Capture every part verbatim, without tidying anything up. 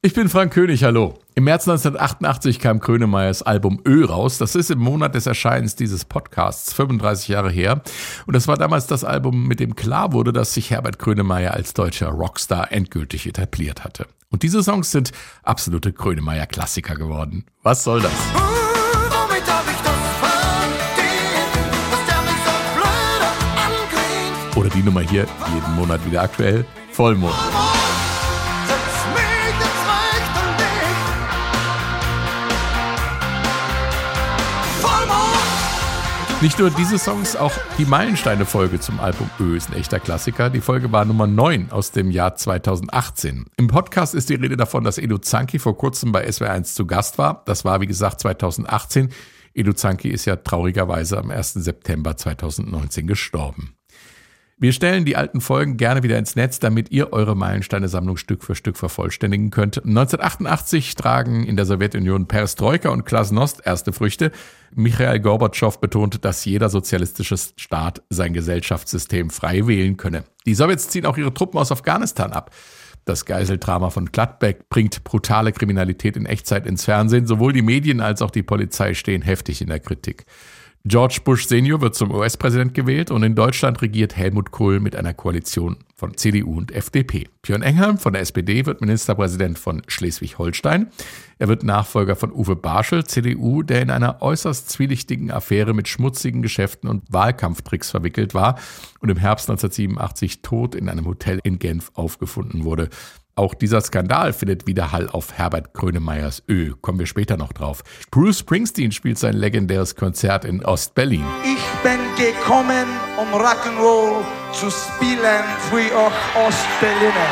Ich bin Frank König, hallo. Im März neunzehnhundertachtundachtzig kam Grönemeyers Album Ö raus. Das ist im Monat des Erscheinens dieses Podcasts fünfunddreißig Jahre her. Und das war damals das Album, mit dem klar wurde, dass sich Herbert Grönemeyer als deutscher Rockstar endgültig etabliert hatte. Und diese Songs sind absolute Grönemeyer-Klassiker geworden. Was soll das? Oder die Nummer hier, jeden Monat wieder aktuell, Vollmond. Nicht nur diese Songs, auch die Meilensteine-Folge zum Album Ö ist ein echter Klassiker. Die Folge war Nummer neun aus dem Jahr zweitausendachtzehn. Im Podcast ist die Rede davon, dass Edo Zanki vor kurzem bei S W R eins zu Gast war. Das war, wie gesagt, zweitausendachtzehn. Edo Zanki ist ja traurigerweise am ersten September zweitausendneunzehn gestorben. Wir stellen die alten Folgen gerne wieder ins Netz, damit ihr eure Meilensteine-Sammlung Stück für Stück vervollständigen könnt. neunzehnhundertachtundachtzig tragen in der Sowjetunion Perestroika und Glasnost erste Früchte. Michail Gorbatschow betonte, dass jeder sozialistische Staat sein Gesellschaftssystem frei wählen könne. Die Sowjets ziehen auch ihre Truppen aus Afghanistan ab. Das Geiseldrama von Gladbeck bringt brutale Kriminalität in Echtzeit ins Fernsehen. Sowohl die Medien als auch die Polizei stehen heftig in der Kritik. George Bush Senior wird zum U S-Präsident gewählt und in Deutschland regiert Helmut Kohl mit einer Koalition von C D U und F D P. Björn Engholm von der S P D wird Ministerpräsident von Schleswig-Holstein. Er wird Nachfolger von Uwe Barschel, C D U, der in einer äußerst zwielichtigen Affäre mit schmutzigen Geschäften und Wahlkampftricks verwickelt war und im Herbst neunzehnhundertsiebenundachtzig tot in einem Hotel in Genf aufgefunden wurde. Auch dieser Skandal findet Widerhall auf Herbert Grönemeyers Ö. Kommen wir später noch drauf. Bruce Springsteen spielt sein legendäres Konzert in Ost-Berlin. Ich bin gekommen, um Rock'n'Roll zu spielen für euch Ostberliner.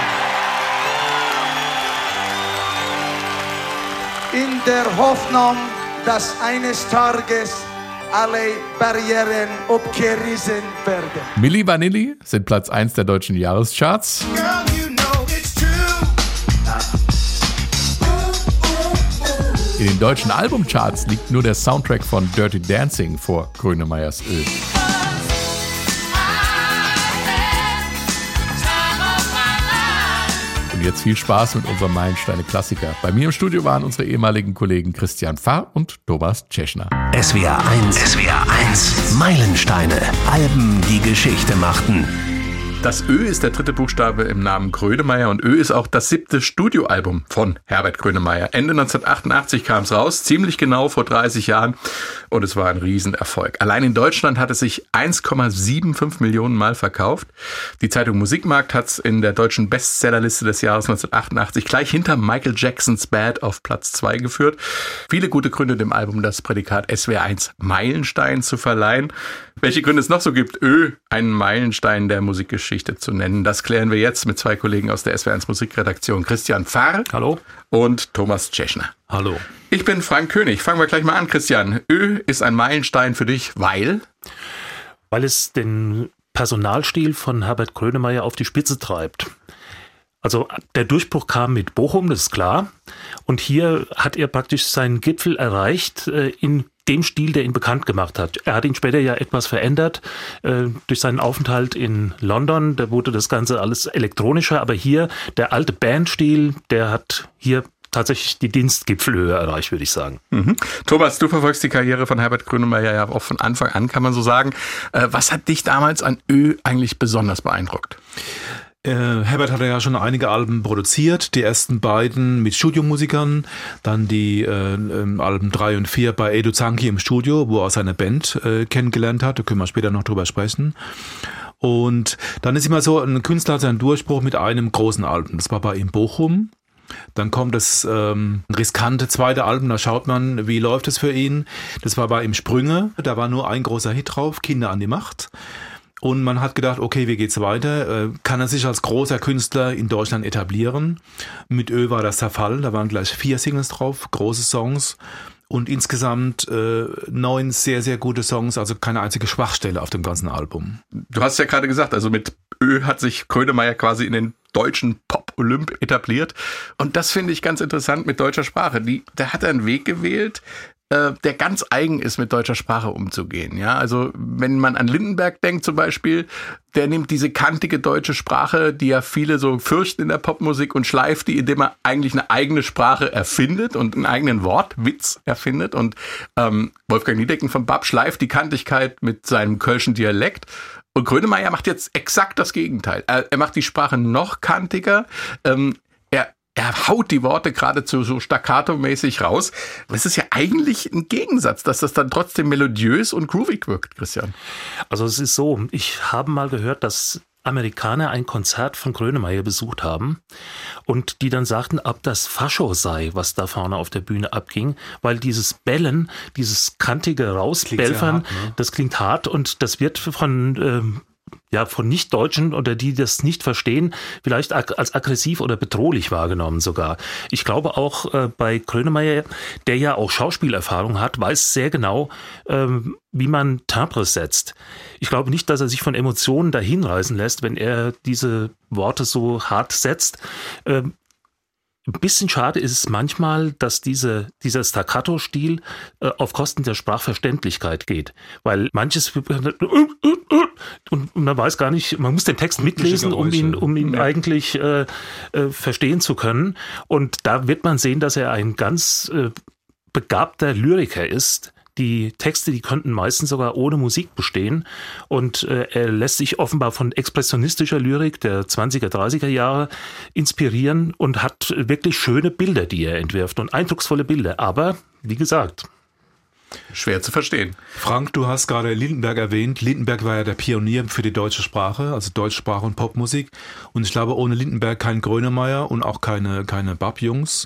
In der Hoffnung, dass eines Tages alle Barrieren abgerissen werden. Milli Vanilli sind Platz eins der deutschen Jahrescharts. In den deutschen Albumcharts liegt nur der Soundtrack von Dirty Dancing vor Grönemeyers Ö. Und jetzt viel Spaß mit unserem Meilensteine-Klassiker. Bei mir im Studio waren unsere ehemaligen Kollegen Christian Pfarr und Thomas Tschechner. S W R eins, S W R eins, Meilensteine, Alben, die Geschichte machten. Das Ö ist der dritte Buchstabe im Namen Grönemeyer und Ö ist auch das siebte Studioalbum von Herbert Grönemeyer. Ende neunzehnhundertachtundachtzig kam es raus, ziemlich genau vor dreißig Jahren und es war ein Riesenerfolg. Allein in Deutschland hat es sich eins Komma fünfundsiebzig Millionen Mal verkauft. Die Zeitung Musikmarkt hat es in der deutschen Bestsellerliste des Jahres neunzehnhundertachtundachtzig gleich hinter Michael Jacksons Bad auf Platz zwei geführt. Viele gute Gründe, dem Album das Prädikat S W R eins Meilenstein zu verleihen. Welche Gründe es noch so gibt, Ö, einen Meilenstein der Musikgeschichte zu nennen, das klären wir jetzt mit zwei Kollegen aus der S W R eins Musikredaktion. Christian Pfarr. Hallo. Und Thomas Tschechner. Hallo. Ich bin Frank König. Fangen wir gleich mal an, Christian. Ö ist ein Meilenstein für dich, weil? Weil es den Personalstil von Herbert Grönemeyer auf die Spitze treibt. Also der Durchbruch kam mit Bochum, das ist klar. Und hier hat er praktisch seinen Gipfel erreicht äh, in dem Stil, der ihn bekannt gemacht hat. Er hat ihn später ja etwas verändert äh, durch seinen Aufenthalt in London. Da wurde das Ganze alles elektronischer. Aber hier der alte Bandstil, der hat hier tatsächlich die Dienstgipfelhöhe erreicht, würde ich sagen. Mhm. Thomas, du verfolgst die Karriere von Herbert Grönemeyer ja auch von Anfang an, kann man so sagen. Äh, was hat dich damals an Ö eigentlich besonders beeindruckt? Äh, Herbert hatte ja schon einige Alben produziert, die ersten beiden mit Studiomusikern, dann die äh, Alben drei und vier bei Edo Zanki im Studio, wo er seine Band äh, kennengelernt hat, da können wir später noch drüber sprechen. Und dann ist immer so, ein Künstler hat seinen Durchbruch mit einem großen Album, das war bei ihm Bochum. Dann kommt das ähm, riskante zweite Album, da schaut man, wie läuft es für ihn. Das war bei ihm Sprünge, da war nur ein großer Hit drauf, Kinder an die Macht. Und man hat gedacht, okay, wie geht's weiter? Kann er sich als großer Künstler in Deutschland etablieren? Mit Ö war das der Fall. Da waren gleich vier Singles drauf, große Songs. Und insgesamt äh, neun sehr, sehr gute Songs, also keine einzige Schwachstelle auf dem ganzen Album. Du hast ja gerade gesagt, also mit Ö hat sich Grönemeyer quasi in den deutschen Pop-Olymp etabliert. Und das finde ich ganz interessant mit deutscher Sprache. Die, da hat er einen Weg gewählt, äh, der ganz eigen ist, mit deutscher Sprache umzugehen. Ja, also wenn man an Lindenberg denkt zum Beispiel, der nimmt diese kantige deutsche Sprache, die ja viele so fürchten in der Popmusik, und schleift die, indem er eigentlich eine eigene Sprache erfindet und einen eigenen Wortwitz erfindet. Und ähm, Wolfgang Niedecken vom B A P schleift die Kantigkeit mit seinem kölschen Dialekt. Und Grönemeyer macht jetzt exakt das Gegenteil. Er, er macht die Sprache noch kantiger. Ähm, er, er haut die Worte geradezu so staccato-mäßig raus. Das ist ja eigentlich ein Gegensatz, dass das dann trotzdem melodiös und groovig wirkt, Christian. Also es ist so, ich habe mal gehört, dass Amerikaner ein Konzert von Grönemeyer besucht haben und die dann sagten, ob das Fascho sei, was da vorne auf der Bühne abging, weil dieses Bellen, dieses kantige Rausbelfern, hart, ne? Das klingt hart und das wird von ähm, ja von Nicht-Deutschen oder die das nicht verstehen, vielleicht ag- als aggressiv oder bedrohlich wahrgenommen sogar. Ich glaube auch äh, bei Grönemeyer, der ja auch Schauspielerfahrung hat, weiß sehr genau, ähm, wie man Timbres setzt. Ich glaube nicht, dass er sich von Emotionen dahin reißen lässt, wenn er diese Worte so hart setzt. Ähm, Ein bisschen schade ist es manchmal, dass diese, dieser Staccato-Stil äh, auf Kosten der Sprachverständlichkeit geht. Weil manches und man weiß gar nicht, man muss den Text mitlesen, um ihn, um ihn ja. eigentlich äh, äh, verstehen zu können. Und da wird man sehen, dass er ein ganz äh, begabter Lyriker ist. Die Texte, die könnten meistens sogar ohne Musik bestehen und äh, er lässt sich offenbar von expressionistischer Lyrik der zwanziger, dreißiger Jahre inspirieren und hat wirklich schöne Bilder, die er entwirft und eindrucksvolle Bilder, aber wie gesagt, schwer zu verstehen. Frank, du hast gerade Lindenberg erwähnt. Lindenberg war ja der Pionier für die deutsche Sprache, also Deutschsprache und Popmusik, und ich glaube, ohne Lindenberg kein Grönemeyer und auch keine, keine B A P-Jungs.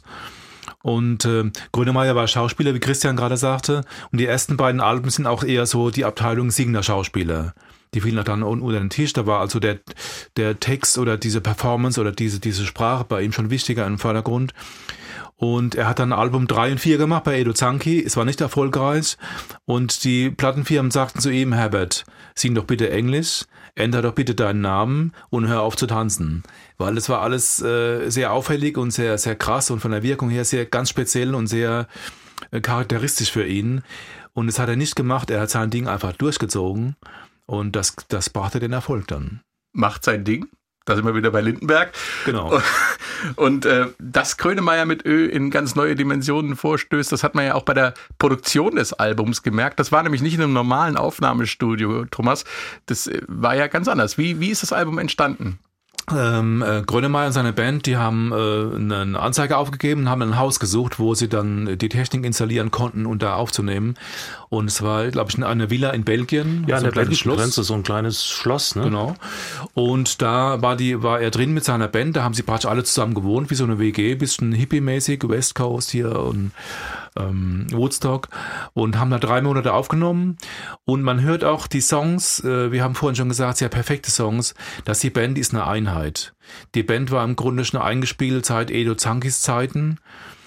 Und äh, Grönemeyer war Schauspieler, wie Christian gerade sagte. Und die ersten beiden Alben sind auch eher so die Abteilung singender Schauspieler. Die fielen dann unter den Tisch. Da war also der, der Text oder diese Performance oder diese, diese Sprache bei ihm schon wichtiger im Vordergrund. Und er hat dann Album drei und vier gemacht bei Edo Zanki. Es war nicht erfolgreich. Und die Plattenfirmen sagten zu ihm, Herbert, sing doch bitte Englisch, änder doch bitte deinen Namen und hör auf zu tanzen. Weil es war alles äh, sehr auffällig und sehr, sehr krass und von der Wirkung her sehr ganz speziell und sehr äh, charakteristisch für ihn. Und das hat er nicht gemacht. Er hat sein Ding einfach durchgezogen. Und das, das brachte den Erfolg dann. Macht sein Ding. Da sind wir wieder bei Lindenberg. Genau. Und äh, dass Grönemeyer mit Ö in ganz neue Dimensionen vorstößt, das hat man ja auch bei der Produktion des Albums gemerkt. Das war nämlich nicht in einem normalen Aufnahmestudio, Thomas. Das war ja ganz anders. Wie, wie ist das Album entstanden? Ähm, äh, Grönemeyer und seine Band, die haben äh, eine Anzeige aufgegeben und haben ein Haus gesucht, wo sie dann die Technik installieren konnten, um da aufzunehmen. Und es war, glaube ich, eine Villa in Belgien. Ja, so an der belgischen Grenze, so ein kleines Schloss, ne? Genau. Und da war die, war er drin mit seiner Band, da haben sie praktisch alle zusammen gewohnt, wie so eine W G, bisschen hippie-mäßig, West Coast hier und ähm, Woodstock, und haben da drei Monate aufgenommen. Und man hört auch die Songs, äh, wir haben vorhin schon gesagt, sehr perfekte Songs, dass die Band ist eine Einheit. Die Band war im Grunde schon eingespielt seit Edo Zankis Zeiten.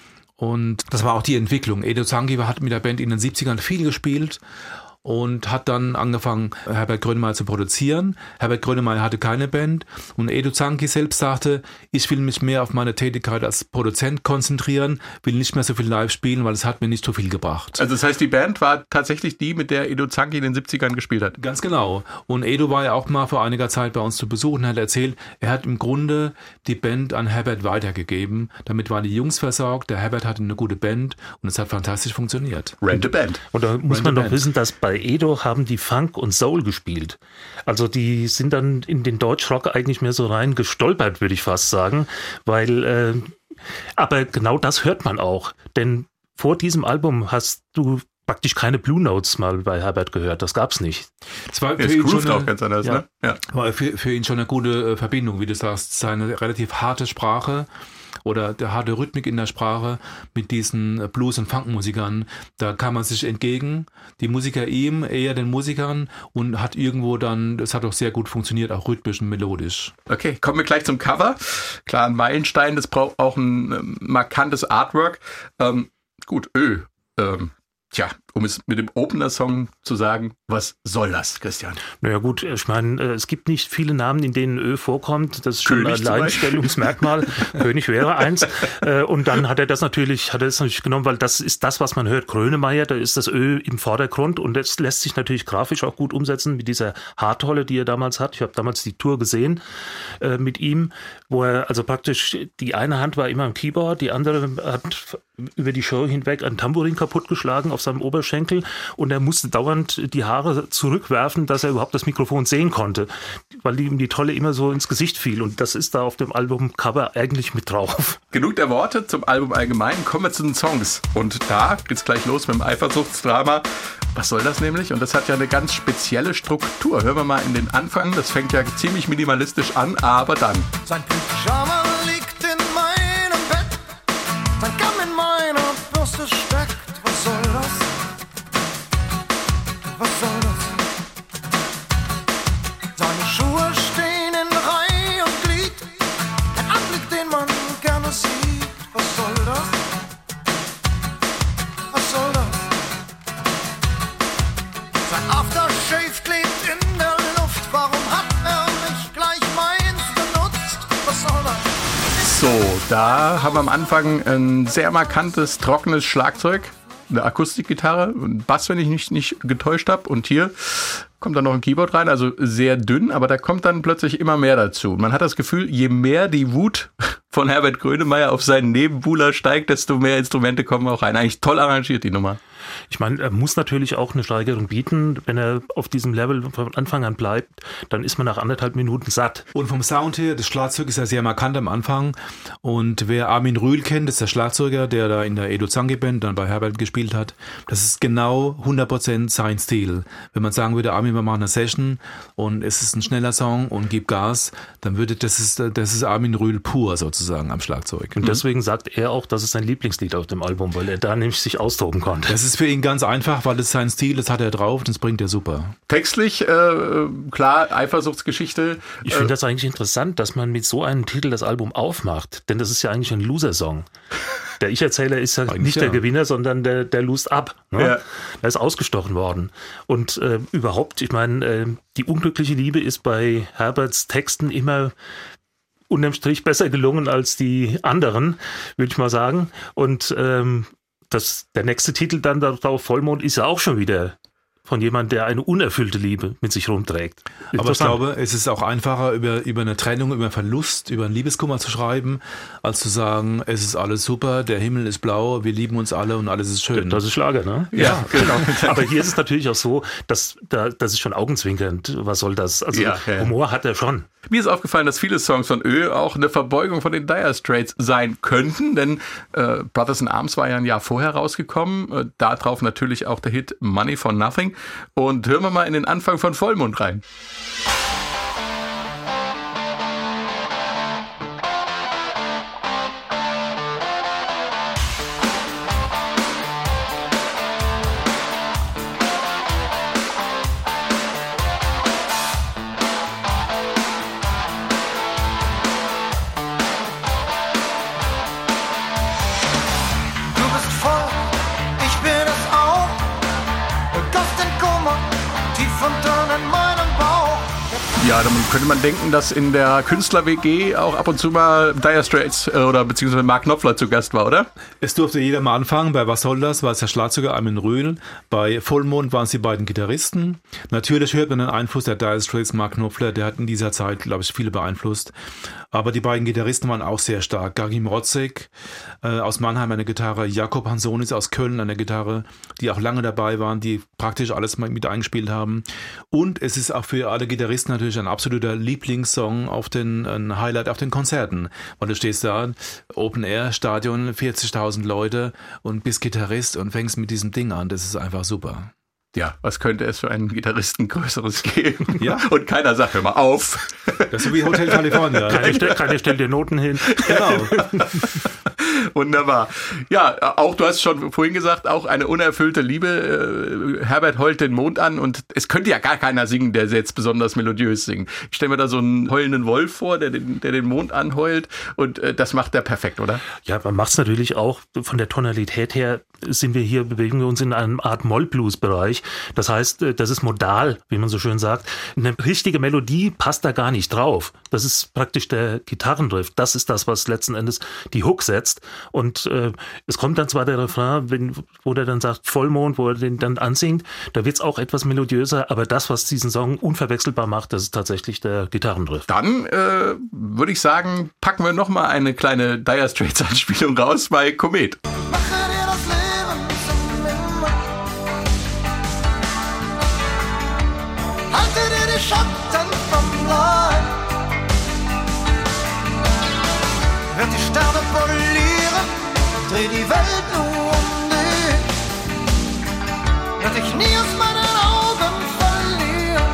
Und das war auch die Entwicklung. Edo Zanki hat mit der Band in den siebzigern viel gespielt und hat dann angefangen, Herbert Grönemeyer zu produzieren. Herbert Grönemeyer hatte keine Band und Edo Zanki selbst sagte, ich will mich mehr auf meine Tätigkeit als Produzent konzentrieren, will nicht mehr so viel live spielen, weil es hat mir nicht so viel gebracht. Also das heißt, die Band war tatsächlich die, mit der Edo Zanki in den siebzigern gespielt hat? Ganz genau. Und Edo war ja auch mal vor einiger Zeit bei uns zu Besuch und hat erzählt, er hat im Grunde die Band an Herbert weitergegeben. Damit waren die Jungs versorgt, der Herbert hatte eine gute Band und es hat fantastisch funktioniert. Rent a Band. Und da muss Rent man a doch Band. wissen, dass bei Edo haben die Funk und Soul gespielt. Also die sind dann in den Deutschrock eigentlich mehr so rein gestolpert, würde ich fast sagen, weil, äh, aber genau das hört man auch, denn vor diesem Album hast du praktisch keine Blue Notes mal bei Herbert gehört, das gab's nicht. Das war für Es ihn schon groovt auch eine, ganz anders, ja. ne? Ja. war für, für ihn schon eine gute äh, Verbindung, wie du sagst, seine relativ harte Sprache oder der harte Rhythmik in der Sprache mit diesen Blues- und Funkmusikern, da kam man sich entgegen, die Musiker ihm, eher den Musikern, und hat irgendwo dann, das hat auch sehr gut funktioniert, auch rhythmisch und melodisch. Okay, kommen wir gleich zum Cover. Klar, ein Meilenstein, das braucht auch ein ähm, markantes Artwork. Ähm, gut, Ö. Ähm, tja, um es mit dem Opener-Song zu sagen, was soll das, Christian? Naja gut, ich meine, es gibt nicht viele Namen, in denen Ö vorkommt. Das ist schon König ein Alleinstellungsmerkmal. König wäre eins. Und dann hat er das natürlich, hat er das natürlich genommen, weil das ist das, was man hört. Grönemeyer, da ist das Ö im Vordergrund und das lässt sich natürlich grafisch auch gut umsetzen mit dieser Haartolle, die er damals hat. Ich habe damals die Tour gesehen äh, mit ihm, wo er also praktisch, die eine Hand war immer am Keyboard, die andere hat über die Show hinweg ein Tambourin kaputtgeschlagen auf seinem Oberschenkel und er musste dauernd die Haare zurückwerfen, dass er überhaupt das Mikrofon sehen konnte, weil ihm die Tolle immer so ins Gesicht fiel und das ist da auf dem Albumcover eigentlich mit drauf. Genug der Worte zum Album allgemein, kommen wir zu den Songs und da geht's gleich los mit dem Eifersuchtsdrama. Was soll das nämlich? Und das hat ja eine ganz spezielle Struktur. Hören wir mal in den Anfang, das fängt ja ziemlich minimalistisch an, aber dann. Sein Pyjama liegt in meinem Bett, sein Kamm in meiner Bürste steckt. Was soll das? Was soll das? Seine Schuhe stehen in Reihe und Glied, ein Anblick, den man gerne sieht. Was soll das? Was soll das? Sein Aftershave klebt in der Luft, warum hat er nicht gleich meins benutzt? Was soll das? So, da haben wir am Anfang ein sehr markantes, trockenes Schlagzeug, eine Akustikgitarre, ein Bass, wenn ich nicht, nicht getäuscht habe. Und hier kommt dann noch ein Keyboard rein, also sehr dünn, aber da kommt dann plötzlich immer mehr dazu. Man hat das Gefühl, je mehr die Wut von Herbert Grönemeyer auf seinen Nebenbuhler steigt, desto mehr Instrumente kommen auch rein. Eigentlich toll arrangiert, die Nummer. Ich meine, er muss natürlich auch eine Steigerung bieten. Wenn er auf diesem Level von Anfang an bleibt, dann ist man nach anderthalb Minuten satt. Und vom Sound her, das Schlagzeug ist ja sehr markant am Anfang. Und wer Armin Rühl kennt, das ist der Schlagzeuger, der da in der Edo Zanki Band dann bei Herbert gespielt hat. Das ist genau hundert Prozent sein Stil. Wenn man sagen würde, Armin, wir machen eine Session und es ist ein schneller Song und gib Gas, dann würde das ist, das ist Armin Rühl pur sozusagen am Schlagzeug. Und deswegen sagt er auch, das ist sein Lieblingslied auf dem Album, weil er da nämlich sich austoben konnte. Das ist für ihn ganz einfach, weil es sein Stil, das hat er drauf, das bringt er super. Textlich, äh, klar, Eifersuchtsgeschichte. Ich finde das eigentlich interessant, dass man mit so einem Titel das Album aufmacht, denn das ist ja eigentlich ein Loser-Song. Der Ich-Erzähler ist ja eigentlich nicht ja. der Gewinner, sondern der, der lost ab. Ne? Ja. Er ist ausgestochen worden. Und äh, überhaupt, ich meine, äh, die unglückliche Liebe ist bei Herberts Texten immer unterm Strich besser gelungen als die anderen, würde ich mal sagen. Und ähm, das, der nächste Titel dann darauf, Vollmond, ist ja auch schon wieder von jemandem, der eine unerfüllte Liebe mit sich rumträgt. Aber ich glaube, es ist auch einfacher, über, über eine Trennung, über einen Verlust, über einen Liebeskummer zu schreiben, als zu sagen, es ist alles super, der Himmel ist blau, wir lieben uns alle und alles ist schön. Das ist Schlager, ne? Ja, ja genau. Aber hier ist es natürlich auch so, dass da, das ist schon augenzwinkernd. Was soll das? Also ja, ja. Humor hat er schon. Mir ist aufgefallen, dass viele Songs von Ö auch eine Verbeugung von den Dire Straits sein könnten, denn äh, Brothers in Arms war ja ein Jahr vorher rausgekommen. Äh, Darauf natürlich auch der Hit Money for Nothing. Und hören wir mal in den Anfang von Vollmond rein. Ja, dann könnte man denken, dass in der Künstler-W G auch ab und zu mal Dire Straits oder beziehungsweise Mark Knopfler zu Gast war, oder? Es durfte jeder mal anfangen. Bei Was soll das? War es der Schlagzeuger Armin Rühl. Bei Vollmond waren es die beiden Gitarristen. Natürlich hört man den Einfluss der Dire Straits, Mark Knopfler. Der hat in dieser Zeit, glaube ich, viele beeinflusst. Aber die beiden Gitarristen waren auch sehr stark. Gagim Rotzek äh, aus Mannheim eine Gitarre, Jakob Hansonis aus Köln eine Gitarre, die auch lange dabei waren, die praktisch alles mit eingespielt haben. Und es ist auch für alle Gitarristen natürlich ein absoluter Lieblingssong auf den, ein Highlight auf den Konzerten. Weil du stehst da, Open Air, Stadion, vierzigtausend Leute und bist Gitarrist und fängst mit diesem Ding an. Das ist einfach super. Ja, was könnte es für einen Gitarristen Größeres geben? Ja. Und keiner sagt, hör mal auf. Das ist so wie Hotel California. Keiner, stell, keiner stellt dir Noten hin. Genau. Wunderbar. Ja, auch du hast schon vorhin gesagt, auch eine unerfüllte Liebe. Äh, Herbert heult den Mond an und es könnte ja gar keiner singen, der jetzt besonders melodiös singt. Ich stelle mir da so einen heulenden Wolf vor, der den, der den Mond anheult und äh, das macht er perfekt, oder? Ja, man macht es natürlich auch von der Tonalität her, sind wir hier, bewegen wir uns in einem Art Moll-Blues-Bereich. Das heißt, das ist modal, wie man so schön sagt. Eine richtige Melodie passt da gar nicht drauf. Das ist praktisch der Gitarrenriff. Das ist das, was letzten Endes die Hook setzt. Und äh, es kommt dann zwar der Refrain, wenn, wo der dann sagt Vollmond, wo er den dann ansingt, da wird es auch etwas melodiöser, aber das, was diesen Song unverwechselbar macht, das ist tatsächlich der Gitarrenriff. Dann äh, würde ich sagen, packen wir nochmal eine kleine Dire Straits Anspielung raus bei Komet. Mache dir das Leben zum Nimmer. Halte dir die Schatten vom Leib. Werd die Sterne polieren, dreh die Welt nur um dich. Werd dich nie aus meinen Augen verlieren.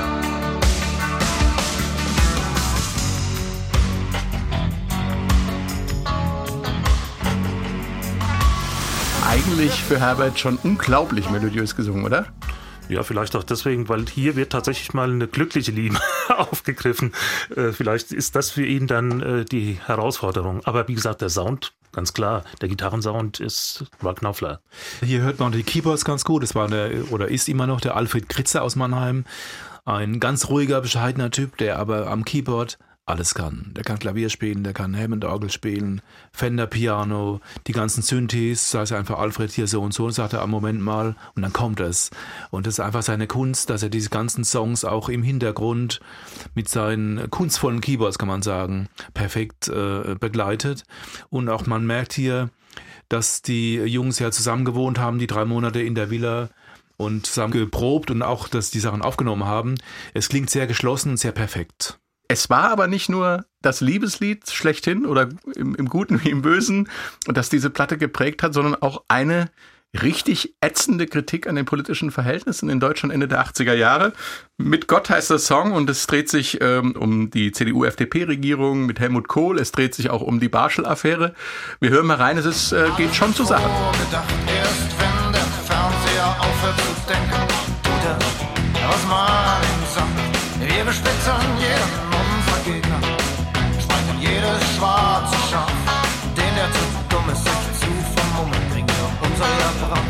Eigentlich für Herbert schon unglaublich melodiös gesungen, oder? Ja, vielleicht auch deswegen, weil hier wird tatsächlich mal eine glückliche Liebe aufgegriffen. Äh, vielleicht ist das für ihn dann äh, die Herausforderung. Aber wie gesagt, der Sound, ganz klar, der Gitarrensound ist war Knopfler. Hier hört man die Keyboards ganz gut. Das war der, oder ist immer noch der Alfred Kritzer aus Mannheim. Ein ganz ruhiger, bescheidener Typ, der aber am Keyboard alles kann. Der kann Klavier spielen, der kann Hammond-Orgel spielen, Fender-Piano, die ganzen Synthes, sei es einfach Alfred hier so und so, sagt er am Moment mal und dann kommt es. Und das ist einfach seine Kunst, dass er diese ganzen Songs auch im Hintergrund mit seinen kunstvollen Keyboards, kann man sagen, perfekt äh, begleitet. Und auch man merkt hier, dass die Jungs ja zusammen gewohnt haben, die drei Monate in der Villa und zusammen geprobt und auch, dass die Sachen aufgenommen haben. Es klingt sehr geschlossen und sehr perfekt. Es war aber nicht nur das Liebeslied schlechthin oder im, im Guten wie im Bösen, das diese Platte geprägt hat, sondern auch eine richtig ätzende Kritik an den politischen Verhältnissen in Deutschland Ende der achtziger Jahre. Mit Gott heißt der Song und es dreht sich ähm, um die C D U F D P-Regierung mit Helmut Kohl. Es dreht sich auch um die Barschel-Affäre. Wir hören mal rein, es ist, äh, geht schon zur Sache. Gedacht, erst wenn der Fernseher aufhört zu denken, tut er, was man ihm sagt. Wir bespitzeln jeden unserer Gegner, sprengen jedes schwarze Schaf. Den, der zu dumm ist, sich zu vermummeln, kriegen wir unser Jahr drauf.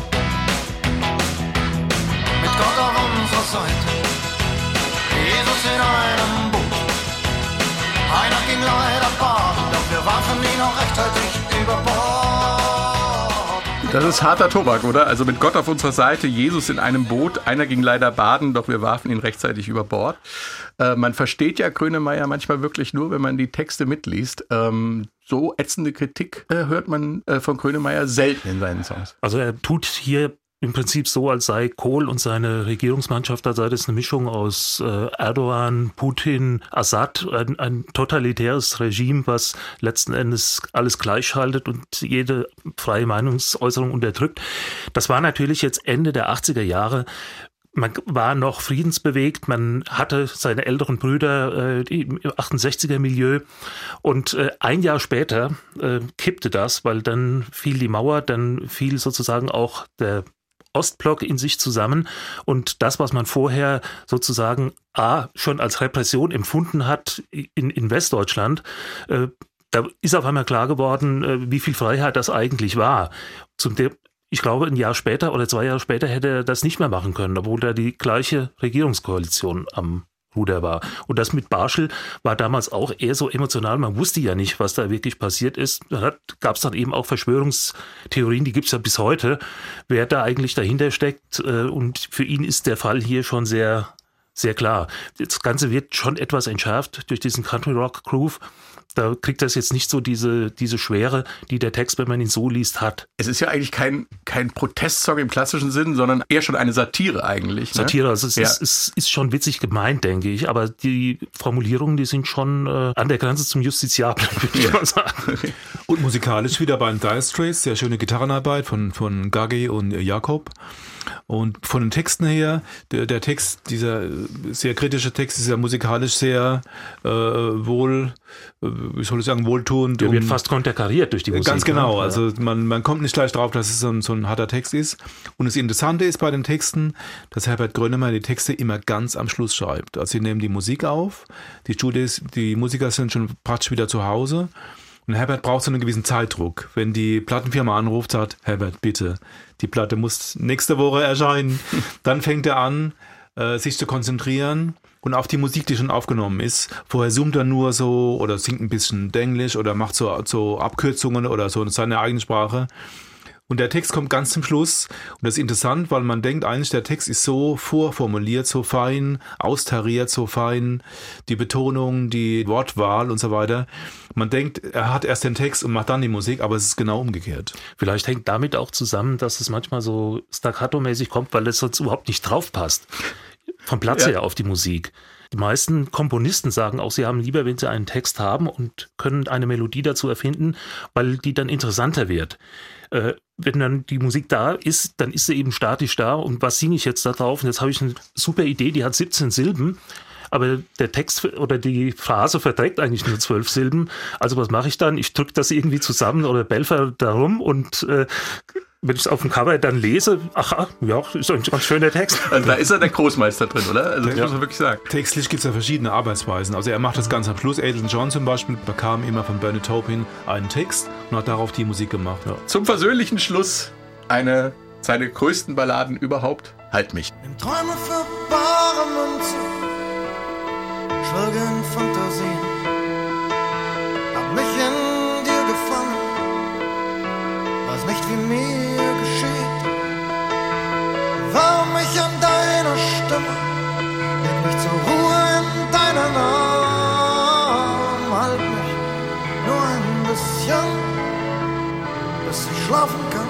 Mit Gott auf unserer Seite, Jesus in einem Boot. Einer ging leider baden, doch wir warfen ihn auch rechtzeitig über Bord. Das ist harter Tobak, oder? Also mit Gott auf unserer Seite, Jesus in einem Boot, einer ging leider baden, doch wir warfen ihn rechtzeitig über Bord. Äh, man versteht ja Grönemeyer manchmal wirklich nur, wenn man die Texte mitliest. Ähm, so ätzende Kritik äh, hört man äh, von Grönemeyer selten in seinen Songs. Also er tut hier im Prinzip so, als sei Kohl und seine Regierungsmannschaft, da sei das eine Mischung aus äh, Erdogan, Putin, Assad, ein, ein totalitäres Regime, was letzten Endes alles gleichschaltet und jede freie Meinungsäußerung unterdrückt. Das war natürlich jetzt Ende der achtziger Jahre. Man war noch friedensbewegt, man hatte seine älteren Brüder äh, im achtundsechziger Milieu und äh, ein Jahr später äh, kippte das, weil dann fiel die Mauer, dann fiel sozusagen auch der Ostblock in sich zusammen und das, was man vorher sozusagen A, schon als Repression empfunden hat in, in Westdeutschland, äh, da ist auf einmal klar geworden, äh, wie viel Freiheit das eigentlich war. Zum De- ich glaube, ein Jahr später oder zwei Jahre später hätte er das nicht mehr machen können, obwohl da die gleiche Regierungskoalition am Ruder war. Und das mit Barschel war damals auch eher so emotional. Man wusste ja nicht, was da wirklich passiert ist. Da gab es dann eben auch Verschwörungstheorien, die gibt es ja bis heute, wer da eigentlich dahinter steckt. Und für ihn ist der Fall hier schon sehr, sehr klar. Das Ganze wird schon etwas entschärft durch diesen Country Rock Groove. Da kriegt das jetzt nicht so diese, diese Schwere, die der Text, wenn man ihn so liest, hat. Es ist ja eigentlich kein, kein Protestsong im klassischen Sinn, sondern eher schon eine Satire eigentlich. Ne? Satire, also es, ja. ist, es ist schon witzig gemeint, denke ich, aber die Formulierungen, die sind schon äh, an der Grenze zum Justiziablen, würde ich Ja. mal sagen. Und musikalisch wieder bei den Dire Straits, sehr schöne Gitarrenarbeit von, von Gagi und Jakob. Und von den Texten her, der, der Text, dieser sehr kritische Text ist ja musikalisch sehr äh, wohl, äh, wie soll ich sagen, wohltuend. Der wird fast konterkariert durch die Musik. Ganz genau, ne? also man, man kommt nicht gleich drauf, dass es so ein, so ein harter Text ist. Und das Interessante ist bei den Texten, dass Herbert Grönemeyer die Texte immer ganz am Schluss schreibt. Also sie nehmen die Musik auf, die Studios, die Musiker sind schon praktisch wieder zu Hause. Und Herbert braucht so einen gewissen Zeitdruck. Wenn die Plattenfirma anruft, sagt, Herbert, bitte, die Platte muss nächste Woche erscheinen. Dann fängt er an, äh, sich zu konzentrieren und auf die Musik, die schon aufgenommen ist. Vorher zoomt er nur so oder singt ein bisschen Englisch oder macht so, so Abkürzungen oder so seine eigene Sprache. Und der Text kommt ganz zum Schluss. Und das ist interessant, weil man denkt eigentlich, der Text ist so vorformuliert, so fein, austariert, so fein, die Betonung, die Wortwahl und so weiter. Man denkt, er hat erst den Text und macht dann die Musik, aber es ist genau umgekehrt. Vielleicht hängt damit auch zusammen, dass es manchmal so staccato-mäßig kommt, weil es sonst überhaupt nicht drauf passt. Vom Platz Ja. her auf die Musik. Die meisten Komponisten sagen auch, sie haben lieber, wenn sie einen Text haben und können eine Melodie dazu erfinden, weil die dann interessanter wird. Äh, wenn dann die Musik da ist, dann ist sie eben statisch da und was singe ich jetzt da drauf? Und jetzt habe ich eine super Idee, die hat siebzehn Silben, aber der Text oder die Phrase verträgt eigentlich nur zwölf Silben. Also was mache ich dann? Ich drücke das irgendwie zusammen oder belfer darum und äh, wenn ich es auf dem Cover dann lese, ach ja, ist ein ganz schöner Text. Also da ist er der Großmeister drin, oder? Also das Ja. muss man wirklich sagen. Textlich gibt es ja verschiedene Arbeitsweisen. Also er macht das ganz am Schluss. Elton John zum Beispiel bekam immer von Bernie Taupin einen Text und hat darauf die Musik gemacht. Ja. Zum versöhnlichen Schluss eine seiner größten Balladen überhaupt, Halt mich. Nimm Träume für bare Münze, schwelge in Fantasien, hab mich in dir gefangen, weiß nicht, wie mir geschieht, warum mich an deiner Stimme, leg mich zur Ruhe in deinen Arm, halt mich nur ein bisschen, bis ich schlafen kann.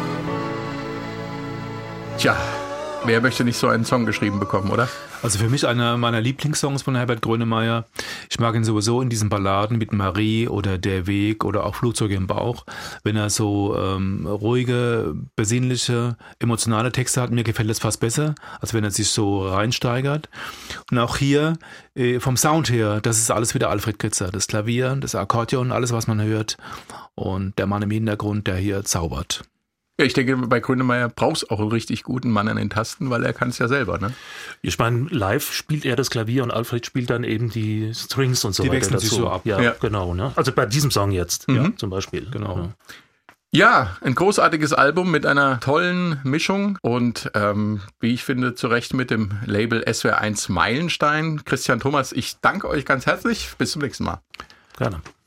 Tja, wer möchte nicht so einen Song geschrieben bekommen, oder? Also für mich einer meiner Lieblingssongs von Herbert Grönemeyer. Ich mag ihn sowieso in diesen Balladen mit Marie oder Der Weg oder auch Flugzeuge im Bauch. Wenn er so ähm, ruhige, besinnliche, emotionale Texte hat, mir gefällt das fast besser, als wenn er sich so reinsteigert. Und auch hier äh, vom Sound her, das ist alles wieder Alfred Kritzer. Das Klavier, das Akkordeon, alles, was man hört. Und der Mann im Hintergrund, der hier zaubert. Ja, ich denke, bei Grönemeyer brauchst du auch einen richtig guten Mann an den Tasten, weil er kann es ja selber, ne? Ich meine, live spielt er das Klavier und Alfred spielt dann eben die Strings und so Die weiter wechseln dazu. sich so ab. Ja, Ja. genau. Ne? Also bei diesem Song jetzt, Mhm. ja, zum Beispiel. Genau. Ja. Ja, ein großartiges Album mit einer tollen Mischung und ähm, wie ich finde, zu Recht mit dem Label S W R eins Meilenstein. Christian Thomas, ich danke euch ganz herzlich. Bis zum nächsten Mal. Gerne.